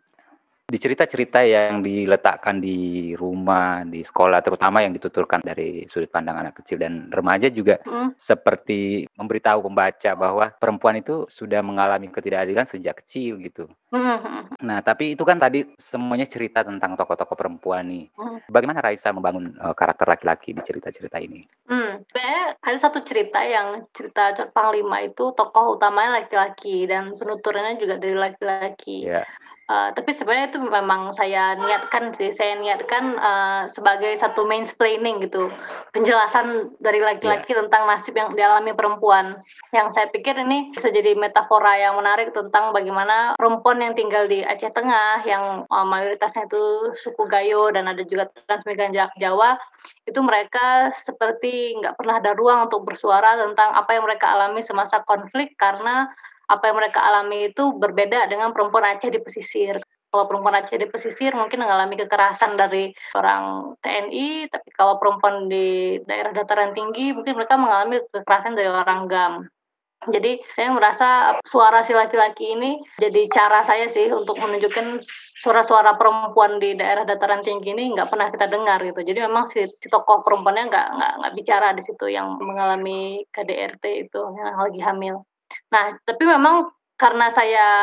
Di cerita-cerita yang diletakkan di rumah, di sekolah, terutama yang dituturkan dari sudut pandang anak kecil dan remaja juga Mhm. seperti memberitahu pembaca bahwa perempuan itu sudah mengalami ketidakadilan sejak kecil gitu. Mhm mhm. Nah, tapi itu kan tadi semuanya cerita tentang tokoh-tokoh perempuan nih. Mhm. Bagaimana Raisa membangun, eee, karakter laki-laki di cerita-cerita ini? Mmm, sebenarnya ada satu cerita yang cerita Cut Panglima itu tokoh utamanya laki-laki dan penuturnya juga dari laki-laki. Ya. Eee, tapi sebenarnya itu memang saya niatkan sih, saya niatkan, eee, sebagai satu mansplaining gitu, penjelasan dari Iya. laki-laki tentang nasib yang dialami perempuan. Yang saya pikir ini bisa jadi metafora yang menarik tentang bagaimana perempuan yang tinggal di Aceh Tengah yang, eee, mayoritasnya itu suku Gayo dan ada juga transmigran Jawa Jawa, itu mereka seperti nggak pernah ada ruang untuk bersuara tentang apa yang mereka alami semasa konflik karena apa yang mereka alami itu berbeda dengan perempuan Aceh di pesisir. Kalau perempuan Aceh di pesisir mungkin mengalami kekerasan dari orang T N I, tapi kalau perempuan di daerah dataran tinggi mungkin mereka mengalami kekerasan dari orang G A M. Jadi saya merasa suara si laki-laki ini jadi cara saya sih untuk menunjukkan suara-suara perempuan di daerah dataran tinggi ini nggak pernah kita dengar gitu. Jadi memang si si tokoh perempuannya nggak nggak nggak bicara di situ yang mengalami K D R T itu, yang lagi hamil. Nah, tapi memang karena saya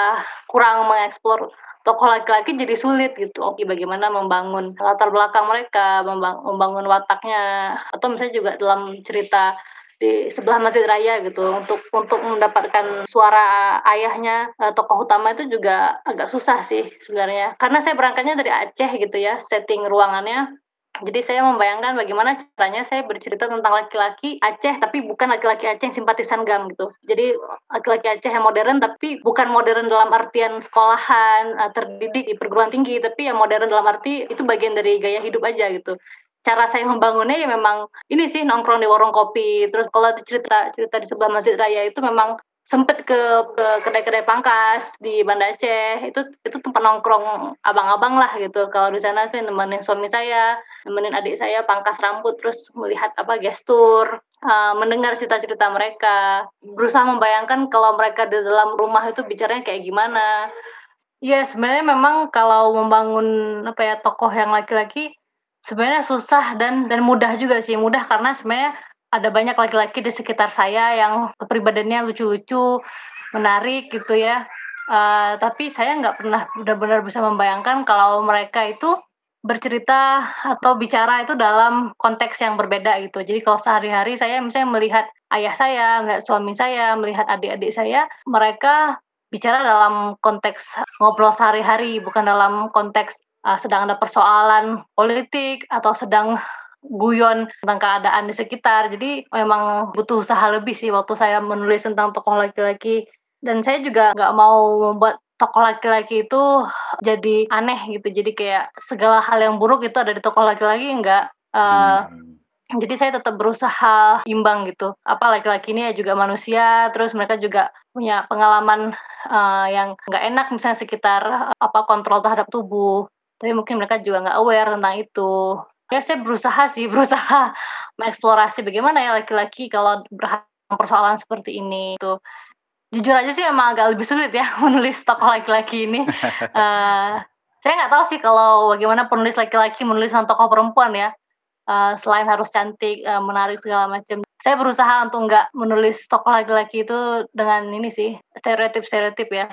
kurang mengeksplor tokoh laki-laki jadi sulit gitu. Oke, bagaimana membangun latar belakang mereka, membang membangun wataknya, atau misalnya juga dalam cerita di sebelah Masjid Raya gitu, untuk untuk mendapatkan suara ayahnya, eee, tokoh utama itu juga agak susah sih sebenarnya. Karena saya berangkatnya dari Aceh gitu ya, setting ruangannya. Jadi saya membayangkan bagaimana caranya saya bercerita tentang laki-laki Aceh, tapi bukan laki-laki Aceh yang simpatisan G A M gitu. Jadi laki-laki Aceh yang modern, tapi bukan modern dalam artian sekolahan, eee, terdidik di perguruan tinggi, tapi yang modern dalam arti itu bagian dari gaya hidup aja gitu. Cara saya membangunnya ya memang ini sih, nongkrong di warung kopi, terus kalau cerita cerita di sebelah Masjid Raya itu memang sempet ke ke kedai-kedai pangkas di Banda Aceh, itu itu tempat nongkrong abang-abang lah gitu. Kalau di sana tuh nemenin suami saya, nemenin adik saya pangkas rambut, terus melihat apa, gestur, eee, mendengar cerita-cerita mereka, berusaha membayangkan kalau mereka di dalam rumah itu bicaranya kayak gimana. Iya, sebenarnya memang kalau membangun, apa ya, tokoh yang laki-laki, sebenarnya susah dan dan mudah juga sih. Mudah karena sebenarnya ada banyak laki-laki di sekitar saya yang kepribadiannya lucu-lucu, menarik gitu ya. Eee, tapi saya nggak pernah benar-benar bisa membayangkan kalau mereka itu bercerita atau bicara itu dalam konteks yang berbeda gitu. Jadi kalau sehari-hari saya misalnya melihat ayah saya, melihat suami saya, melihat adik-adik saya, mereka bicara dalam konteks ngobrol sehari-hari, bukan dalam konteks, eee, sedang ada persoalan politik atau sedang guyon tentang keadaan di sekitar. Jadi memang butuh usaha lebih sih waktu saya menulis tentang tokoh laki-laki, dan saya juga nggak mau membuat tokoh laki-laki itu jadi aneh gitu. Jadi kayak segala hal yang buruk itu ada di tokoh laki-laki, enggak. Eee, Mmm. jadi saya tetap berusaha imbang gitu. Apa, laki-laki ini ya juga manusia, terus mereka juga punya pengalaman, eee, yang nggak enak misalnya sekitar, eee, apa, kontrol terhadap tubuh, tapi mungkin mereka juga nggak aware tentang itu. Ya saya berusaha sih, berusaha mengeksplorasi bagaimana ya laki-laki kalau berhadapan persoalan seperti ini, gitu. Jujur aja sih emang agak lebih sulit ya menulis tokoh laki-laki ini. Eee, saya nggak tahu sih kalau bagaimana penulis laki-laki menulis tentang tokoh perempuan ya. Eee, selain harus cantik, eee, menarik segala macam. Saya berusaha untuk nggak menulis tokoh laki-laki itu dengan ini sih, stereotip-stereotip ya.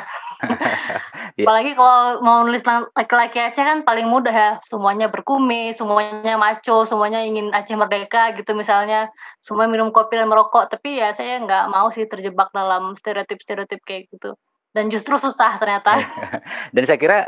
Iya. Apalagi kalau mau nulis tentang laki-laki Aceh kan paling mudah ya, semuanya berkumis, semuanya macho, semuanya ingin Aceh merdeka gitu misalnya, semua minum kopi dan merokok, tapi ya saya nggak mau sih terjebak dalam stereotip-stereotip kayak gitu, dan justru susah ternyata. Dan saya kira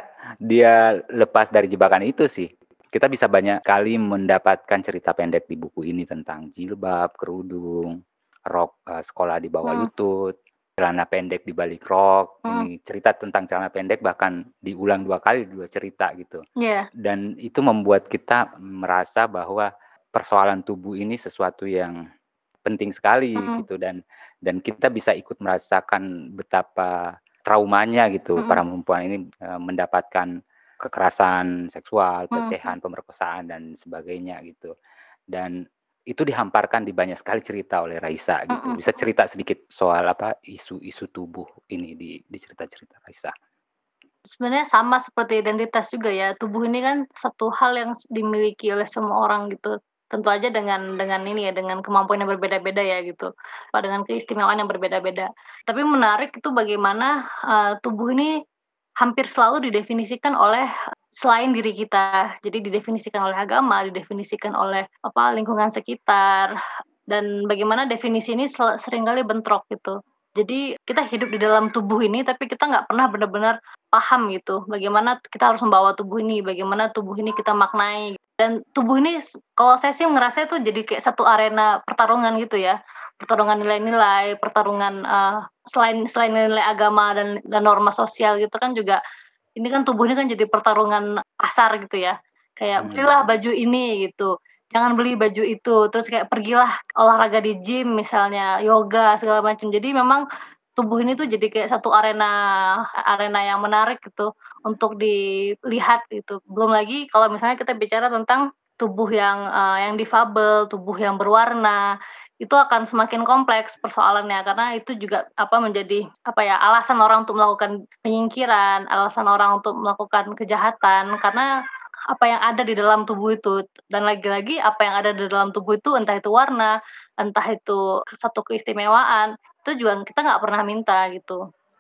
dia lepas dari jebakan itu sih. Kita bisa banyak kali mendapatkan cerita pendek di buku ini tentang jilbab, kerudung, rok, eee, sekolah di bawah Mhm. lutut, celana pendek di balik rok. Mhm. Ini cerita tentang celana pendek bahkan diulang dua kali di dua cerita gitu. Iya. Dan itu membuat kita merasa bahwa persoalan tubuh ini sesuatu yang penting sekali Mhm. gitu, dan dan kita bisa ikut merasakan betapa traumanya gitu Mhm. para perempuan ini, eee, mendapatkan kekerasan seksual, Mhm. pelecehan, pemerkosaan, dan sebagainya gitu. Dan itu dihamparkan di banyak sekali cerita oleh Raisa gitu. Mhm. Bisa cerita sedikit soal apa, isu-isu tubuh ini di di cerita-cerita Raisa? Sebenarnya sama seperti identitas juga ya, tubuh ini kan satu hal yang s dimiliki oleh semua orang gitu. Tentu aja dengan dengan ini ya, dengan kemampuan yang berbeda-beda ya gitu, apa, dengan keistimewaan yang berbeda-beda. Tapi menarik itu bagaimana, eee, tubuh ini hampir selalu didefinisikan oleh selain diri kita. Jadi didefinisikan oleh agama, didefinisikan oleh, apa, lingkungan sekitar, dan bagaimana definisi ini sel seringkali bentrok gitu. Jadi kita hidup di dalam tubuh ini, tapi kita nggak pernah benar-benar paham gitu, bagaimana kita harus membawa tubuh ini, bagaimana tubuh ini kita maknai. Dan tubuh ini s kalau saya sih ngerasa itu jadi kayak satu arena pertarungan gitu ya, pertarungan nilai-nilai, pertarungan, eee, selain selain nilai agama dan dan norma sosial gitu kan juga, ini kan tubuh ini kan jadi pertarungan pasar gitu ya. Kayak, "Belilah Mmm. baju ini," gitu, "jangan beli baju itu," terus kayak, "Pergilah olahraga di gym," misalnya, yoga segala macam. Jadi memang tubuh ini tuh jadi kayak satu arena arena yang menarik gitu untuk dilihat gitu. Belum lagi kalau misalnya kita bicara tentang tubuh yang, eee, yang difabel, tubuh yang berwarna, itu akan semakin kompleks persoalannya karena itu juga, apa, menjadi, apa ya, alasan orang untuk melakukan penyingkiran, alasan orang untuk melakukan kejahatan karena apa yang ada di dalam tubuh itu. Dan lagi-lagi apa yang ada di dalam tubuh itu, entah itu warna, entah itu satu keistimewaan, itu juga kita nggak pernah minta gitu.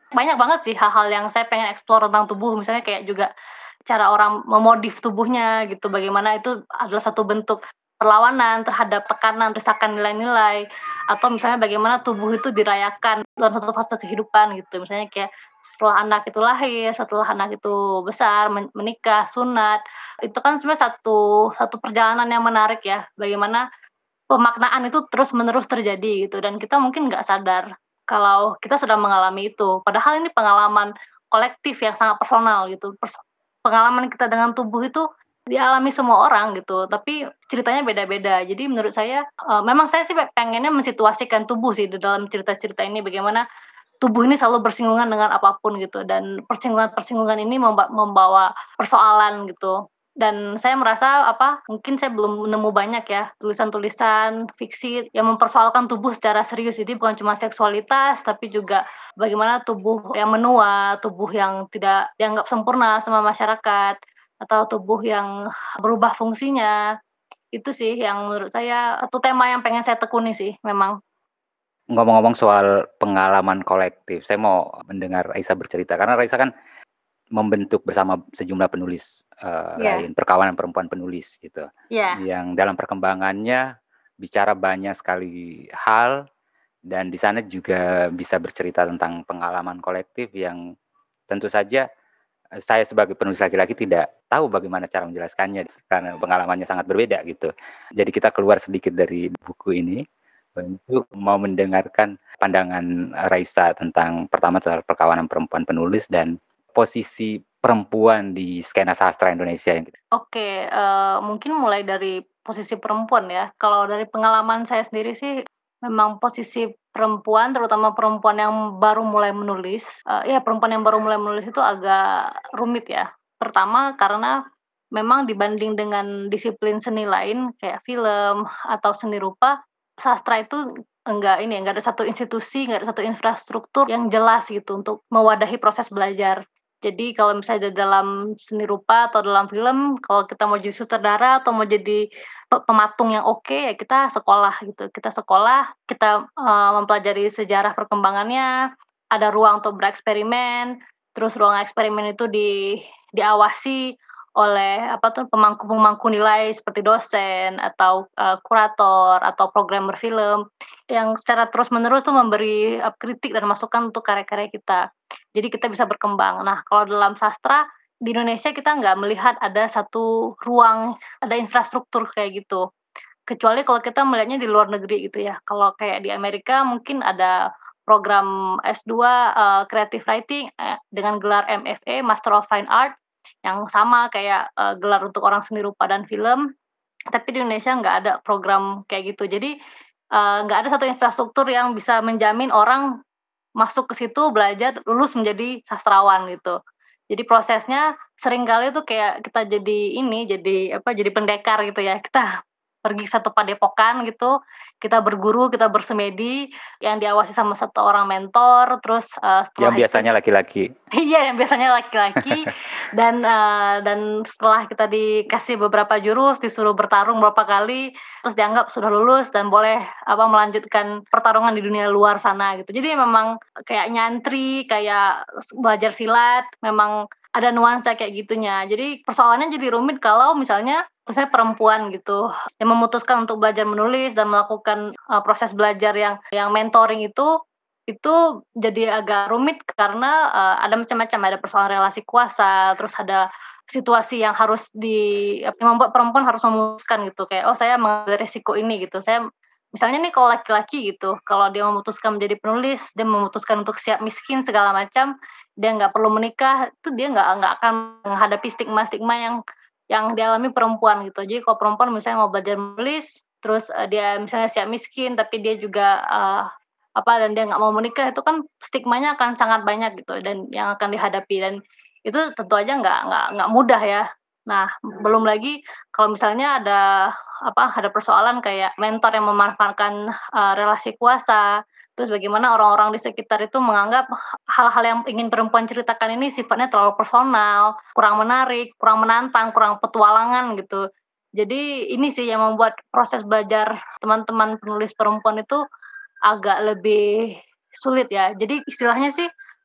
Banyak banget sih hal-hal yang saya pengen explore tentang tubuh, misalnya kayak juga cara orang memodif tubuhnya gitu, bagaimana itu adalah satu bentuk perlawanan terhadap tekanan, desakan nilai-nilai, atau misalnya bagaimana tubuh itu dirayakan dalam satu fase kehidupan gitu. Misalnya kayak setelah anak itu lahir, setelah anak itu besar, men menikah, sunat, itu kan sebenarnya satu satu perjalanan yang menarik ya, bagaimana pemaknaan itu terus-menerus terjadi gitu dan kita mungkin nggak sadar kalau kita sedang mengalami itu. Padahal ini pengalaman kolektif yang sangat personal gitu. Pers pengalaman kita dengan tubuh itu dialami semua orang gitu, tapi ceritanya beda-beda. Jadi menurut saya, eee, memang saya sih pe pengennya mensituasikan tubuh sih di dalam cerita-cerita ini, bagaimana tubuh ini selalu bersinggungan dengan apapun gitu dan persinggungan-persinggungan ini memba membawa persoalan gitu. Dan saya merasa apa, mungkin saya belum nemu banyak ya tulisan-tulisan fiksi yang mempersoalkan tubuh secara serius. Jadi bukan cuma seksualitas, tapi juga bagaimana tubuh yang menua, tubuh yang tidak dianggap sempurna sama masyarakat, atau tubuh yang berubah fungsinya. Itu sih yang menurut saya satu tema yang pengen saya tekuni sih memang. Ngomong-ngomong soal pengalaman kolektif, saya mau mendengar Raisa bercerita karena Raisa kan membentuk bersama sejumlah penulis, eee, Iya, lain, perkawanan perempuan penulis gitu, iya. yang dalam perkembangannya bicara banyak sekali hal dan di sana juga bisa bercerita tentang pengalaman kolektif yang tentu saja, eee, saya sebagai penulis laki-laki tidak tahu bagaimana cara menjelaskannya karena pengalamannya sangat berbeda gitu. Jadi kita keluar sedikit dari buku ini untuk mau mendengarkan pandangan, eee, Raisa tentang pertama soal perkawanan perempuan penulis dan posisi perempuan di skena sastra Indonesia yang Oke, eee, mungkin mulai dari posisi perempuan ya. Kalau dari pengalaman saya sendiri sih, memang posisi perempuan, terutama perempuan yang baru mulai menulis, eee, ya perempuan yang baru mulai menulis itu agak rumit ya. Pertama karena memang dibanding dengan disiplin seni lain kayak film atau seni rupa, sastra itu enggak ini ya, enggak ada satu institusi, enggak ada satu infrastruktur yang jelas gitu untuk mewadahi proses belajar. Jadi kalau misalnya di dalam seni rupa atau dalam film, kalau kita mau jadi sutradara atau mau jadi pe pematung yang oke, ya kita sekolah gitu. Kita sekolah, kita, eee, mempelajari sejarah perkembangannya, ada ruang untuk bereksperimen, terus ruang eksperimen itu di diawasi oleh apa tuh, pemangku-pemangku nilai seperti dosen atau, eee, kurator atau programmer film, yang secara terus-menerus tuh memberi, eee, kritik dan masukan untuk karya-karya kita. Jadi kita bisa berkembang. Nah, kalau dalam sastra, di Indonesia kita nggak melihat ada satu ruang, ada infrastruktur kayak gitu. Kecuali kalau kita melihatnya di luar negeri gitu ya. Kalau kayak di Amerika mungkin ada program S dua, eee, creative writing, eee, dengan gelar M F A, Master of Fine Art, yang sama kayak, eee, gelar untuk orang seni rupa dan film, tapi di Indonesia nggak ada program kayak gitu. Jadi, eee, nggak ada satu infrastruktur yang bisa menjamin orang masuk ke situ, belajar, lulus menjadi sastrawan gitu. Jadi prosesnya seringkali tuh kayak kita jadi ini, jadi apa, jadi pendekar gitu ya. Kita pergi satu padepokan gitu, kita berguru, kita bersemedi, yang diawasi sama satu orang mentor, terus, eee, yang setelah itu biasanya laki-laki. iya, yang biasanya laki-laki dan, eee, dan setelah kita dikasih beberapa jurus, disuruh bertarung berapa kali, terus dianggap sudah lulus dan boleh, apa, melanjutkan pertarungan di dunia luar sana gitu. Jadi memang kayak nyantri, kayak s belajar silat, memang ada nuansa kayak gitunya. Jadi persoalannya jadi rumit kalau misalnya misalnya perempuan gitu, yang memutuskan untuk belajar menulis dan melakukan, eee, proses belajar yang yang mentoring itu, itu jadi agak rumit karena, eee, ada macam-macam, ada persoalan relasi kuasa, terus ada situasi yang harus di yang membuat perempuan harus memutuskan gitu, kayak, "Oh saya mengambil resiko ini," gitu. Saya misalnya nih kalau laki-laki gitu, kalau dia memutuskan menjadi penulis, dia memutuskan untuk siap miskin segala macam, dia nggak perlu menikah, itu dia nggak nggak akan menghadapi stigma-stigma yang yang dialami perempuan gitu. Jadi kalau perempuan misalnya mau belajar menulis, terus, eee, dia misalnya siap miskin, tapi dia juga, eee apa, dan dia nggak mau menikah, itu kan stigmanya akan sangat banyak gitu dan yang akan dihadapi dan itu tentu aja nggak nggak nggak mudah ya. Nah, belum lagi kalau misalnya ada apa, ada persoalan kayak mentor yang memanfaatkan, eee, relasi kuasa, terus bagaimana orang-orang di sekitar itu menganggap hal-hal yang ingin perempuan ceritakan ini sifatnya terlalu personal, kurang menarik, kurang menantang, kurang petualangan gitu. Jadi ini sih yang membuat proses belajar teman-teman penulis perempuan itu agak lebih sulit ya. Jadi istilahnya sih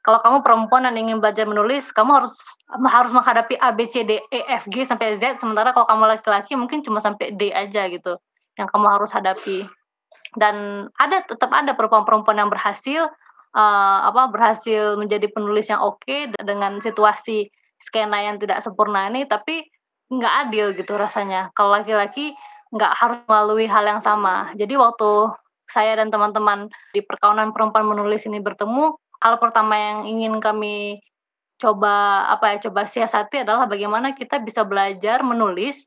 kalau kamu perempuan dan ingin belajar menulis, kamu harus harus menghadapi A, B, C, D, E, F, G, sampai Z, sementara kalau kamu laki-laki mungkin cuma sampai D aja gitu, yang kamu harus hadapi. Dan ada tetap ada perempuan-perempuan yang berhasil, eee, apa, berhasil menjadi penulis yang oke dengan situasi skena yang tidak sempurna ini, tapi nggak adil gitu rasanya. Kalau laki-laki nggak harus melalui hal yang sama. Jadi waktu saya dan teman-teman di perkawinan perempuan menulis ini bertemu, hal pertama yang ingin kami coba, apa ya, coba siasati adalah bagaimana kita bisa belajar menulis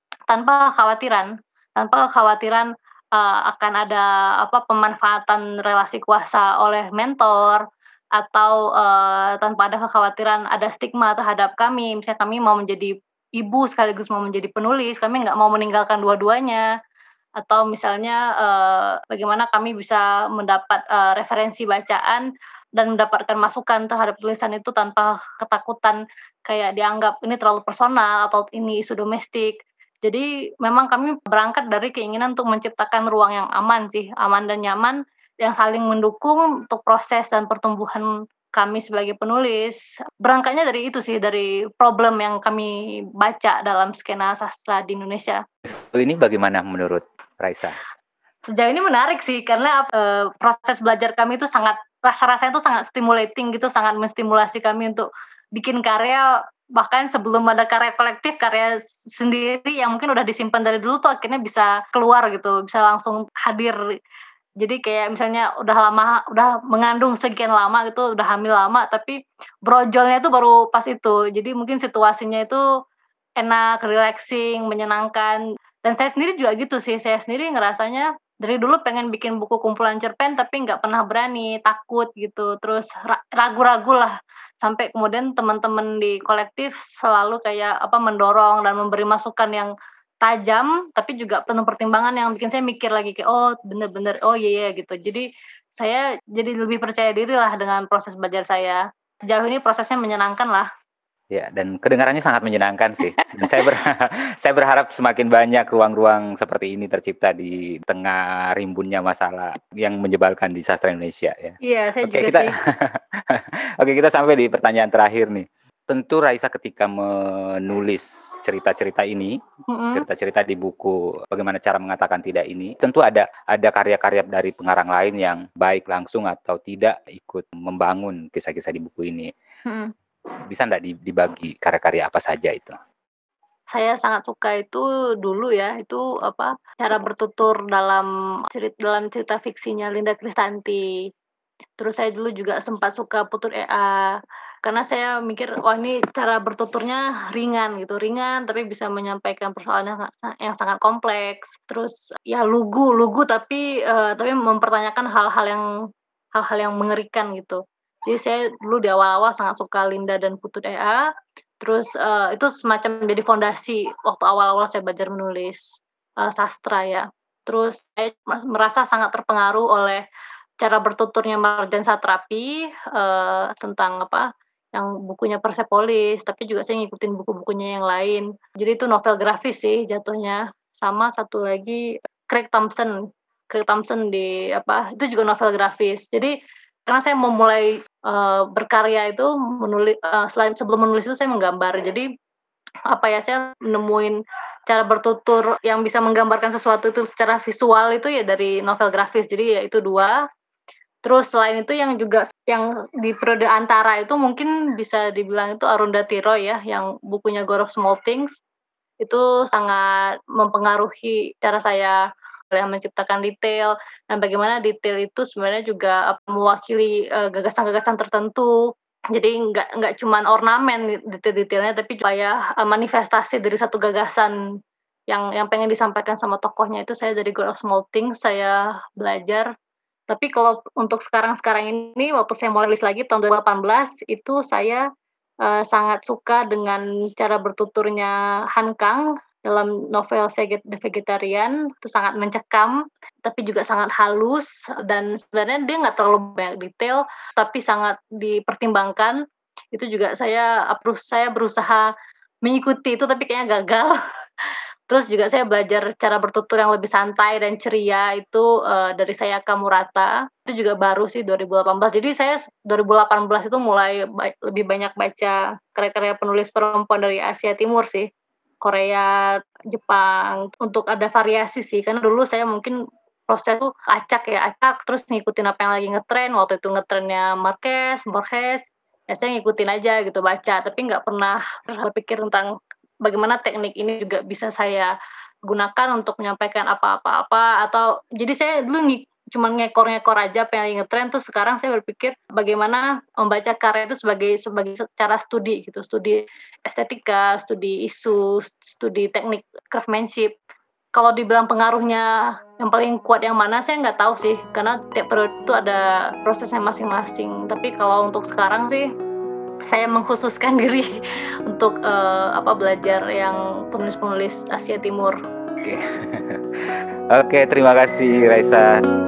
tanpa kekhawatiran tanpa kekhawatiran, eee, akan ada, apa, pemanfaatan relasi kuasa oleh mentor atau, eee, tanpa ada kekhawatiran ada stigma terhadap kami. Misalnya kami mau menjadi ibu sekaligus mau menjadi penulis, kami nggak mau meninggalkan dua-duanya. Atau misalnya, eee, bagaimana kami bisa mendapat, eee, referensi bacaan dan mendapatkan masukan terhadap tulisan itu tanpa ketakutan kayak dianggap ini terlalu personal atau ini isu domestik. Jadi memang kami berangkat dari keinginan untuk menciptakan ruang yang aman sih, aman dan nyaman yang saling mendukung untuk proses dan pertumbuhan kami sebagai penulis. Berangkatnya dari itu sih, dari problem yang kami baca dalam skena sastra di Indonesia. Ini bagaimana menurut Raisa? Sejauh ini menarik sih karena, eee, proses belajar kami itu sangat rasa-rasanya itu sangat stimulating gitu, sangat menstimulasi kami untuk bikin karya, bahkan sebelum ada karya kolektif, karya sendiri yang mungkin udah disimpan dari dulu tuh akhirnya bisa keluar gitu, bisa langsung hadir. Jadi kayak misalnya udah lama udah mengandung sekian lama gitu, udah hamil lama, tapi brojolnya itu baru pas itu. Jadi mungkin situasinya itu enak, relaxing, menyenangkan. Dan saya sendiri juga gitu sih, saya sendiri ngerasanya dari dulu pengen bikin buku kumpulan cerpen tapi nggak pernah berani, takut gitu, terus ra ragu-ragu lah, sampai kemudian teman-teman di kolektif selalu kayak apa, mendorong dan memberi masukan yang tajam, tapi juga penuh pertimbangan yang bikin saya mikir lagi kayak, "Oh bener bener, oh iya ya," gitu. Jadi saya jadi lebih percaya diri lah dengan proses belajar saya. Sejauh ini prosesnya menyenangkan lah. Ya, dan kedengarannya sangat menyenangkan sih. Dan saya ber saya berharap semakin banyak ruang-ruang seperti ini tercipta di tengah rimbunnya masalah yang menyebalkan di sastra Indonesia ya. Iya, saya Oke, juga kita sih. oke, kita sampai di pertanyaan terakhir nih. Tentu Raisa ketika menulis cerita-cerita ini, Mhm. cerita-cerita di buku Bagaimana Cara Mengatakan Tidak ini, tentu ada ada karya-karya dari pengarang lain yang baik langsung atau tidak ikut membangun kisah-kisah di buku ini. Mhm. Bisa nggak di dibagi karya-karya apa saja itu? Saya sangat suka itu dulu ya, itu apa, cara bertutur dalam cerit dalam cerita fiksinya Linda Kristanti. Terus saya dulu juga sempat suka Putut E A, karena saya mikir, "Wah ini cara bertuturnya ringan," gitu, ringan tapi bisa menyampaikan persoalan yang sa yang sangat kompleks. Terus ya lugu lugu tapi, eee, tapi mempertanyakan hal-hal yang hal-hal yang mengerikan gitu. Jadi saya dulu di awal-awal sangat suka Linda dan Putut E A, terus, eee, itu semacam menjadi fondasi waktu awal-awal saya belajar menulis, eee, sastra ya. Terus saya me merasa sangat terpengaruh oleh cara bertuturnya Marjan Satrapi, eee, tentang apa, yang bukunya Persepolis, tapi juga saya ngikutin buku-bukunya yang lain. Jadi itu novel grafis sih jatuhnya. Sama satu lagi Craig Thompson. Craig Thompson di apa, itu juga novel grafis. Jadi karena saya memulai, eee, berkarya itu menuli eee, selain sebelum menulis itu saya menggambar. Jadi apa ya, saya nemuin cara bertutur yang bisa menggambarkan sesuatu itu secara visual itu ya dari novel grafis. Jadi ya itu dua. Terus selain itu yang juga yang di periode antara itu mungkin bisa dibilang itu Arundhati Roy ya, yang bukunya God of Small Things, itu sangat mempengaruhi cara saya dalam menciptakan detail dan bagaimana detail itu sebenarnya juga ap mewakili, eee, gagasan-gagasan tertentu. Jadi nggak nggak cuman ornamen detail-detailnya, tapi supaya, eee, manifestasi dari satu gagasan yang yang pengen disampaikan sama tokohnya itu saya dari God of Small Things saya belajar. Tapi kalau untuk sekarang-sekarang ini waktu saya mulai nulis lagi tahun dua ribu delapan belas itu saya, eee, sangat suka dengan cara bertuturnya Han Kang dalam novel Veget The Vegetarian, itu sangat mencekam, tapi juga sangat halus dan sebenarnya dia nggak terlalu banyak detail, tapi sangat dipertimbangkan. Itu juga saya aprus saya berusaha mengikuti itu tapi kayaknya gagal. Terus juga saya belajar cara bertutur yang lebih santai dan ceria itu, eee, dari Sayaka Murata, itu juga baru sih dua ribu delapan belas. Jadi saya s dua ribu delapan belas itu mulai ba lebih banyak baca karya-karya penulis perempuan dari Asia Timur sih, Korea, Jepang, untuk ada variasi sih. Karena dulu saya mungkin proses tuh acak ya, acak terus ngikutin apa yang lagi ngetren, waktu itu ngetrennya Marquez, Borges, ya saya ngikutin aja gitu, baca, tapi nggak pernah berpikir tentang bagaimana teknik ini juga bisa saya gunakan untuk menyampaikan apa-apa-apa atau jadi saya dulu ngi cuman ngekor-ngekor aja apa yang lagi ngetren, terus sekarang saya berpikir bagaimana membaca karya itu sebagai sebagai secara studi gitu, studi estetika, studi isu, studi teknik craftsmanship. Kalau dibilang pengaruhnya yang paling kuat yang mana, saya nggak tahu sih, karena tiap periode itu ada prosesnya masing-masing. Tapi kalau untuk sekarang sih, saya mengkhususkan diri untuk, eee, apa, belajar yang penulis-penulis Asia Timur. Oke. Oke, terima kasih Raisa.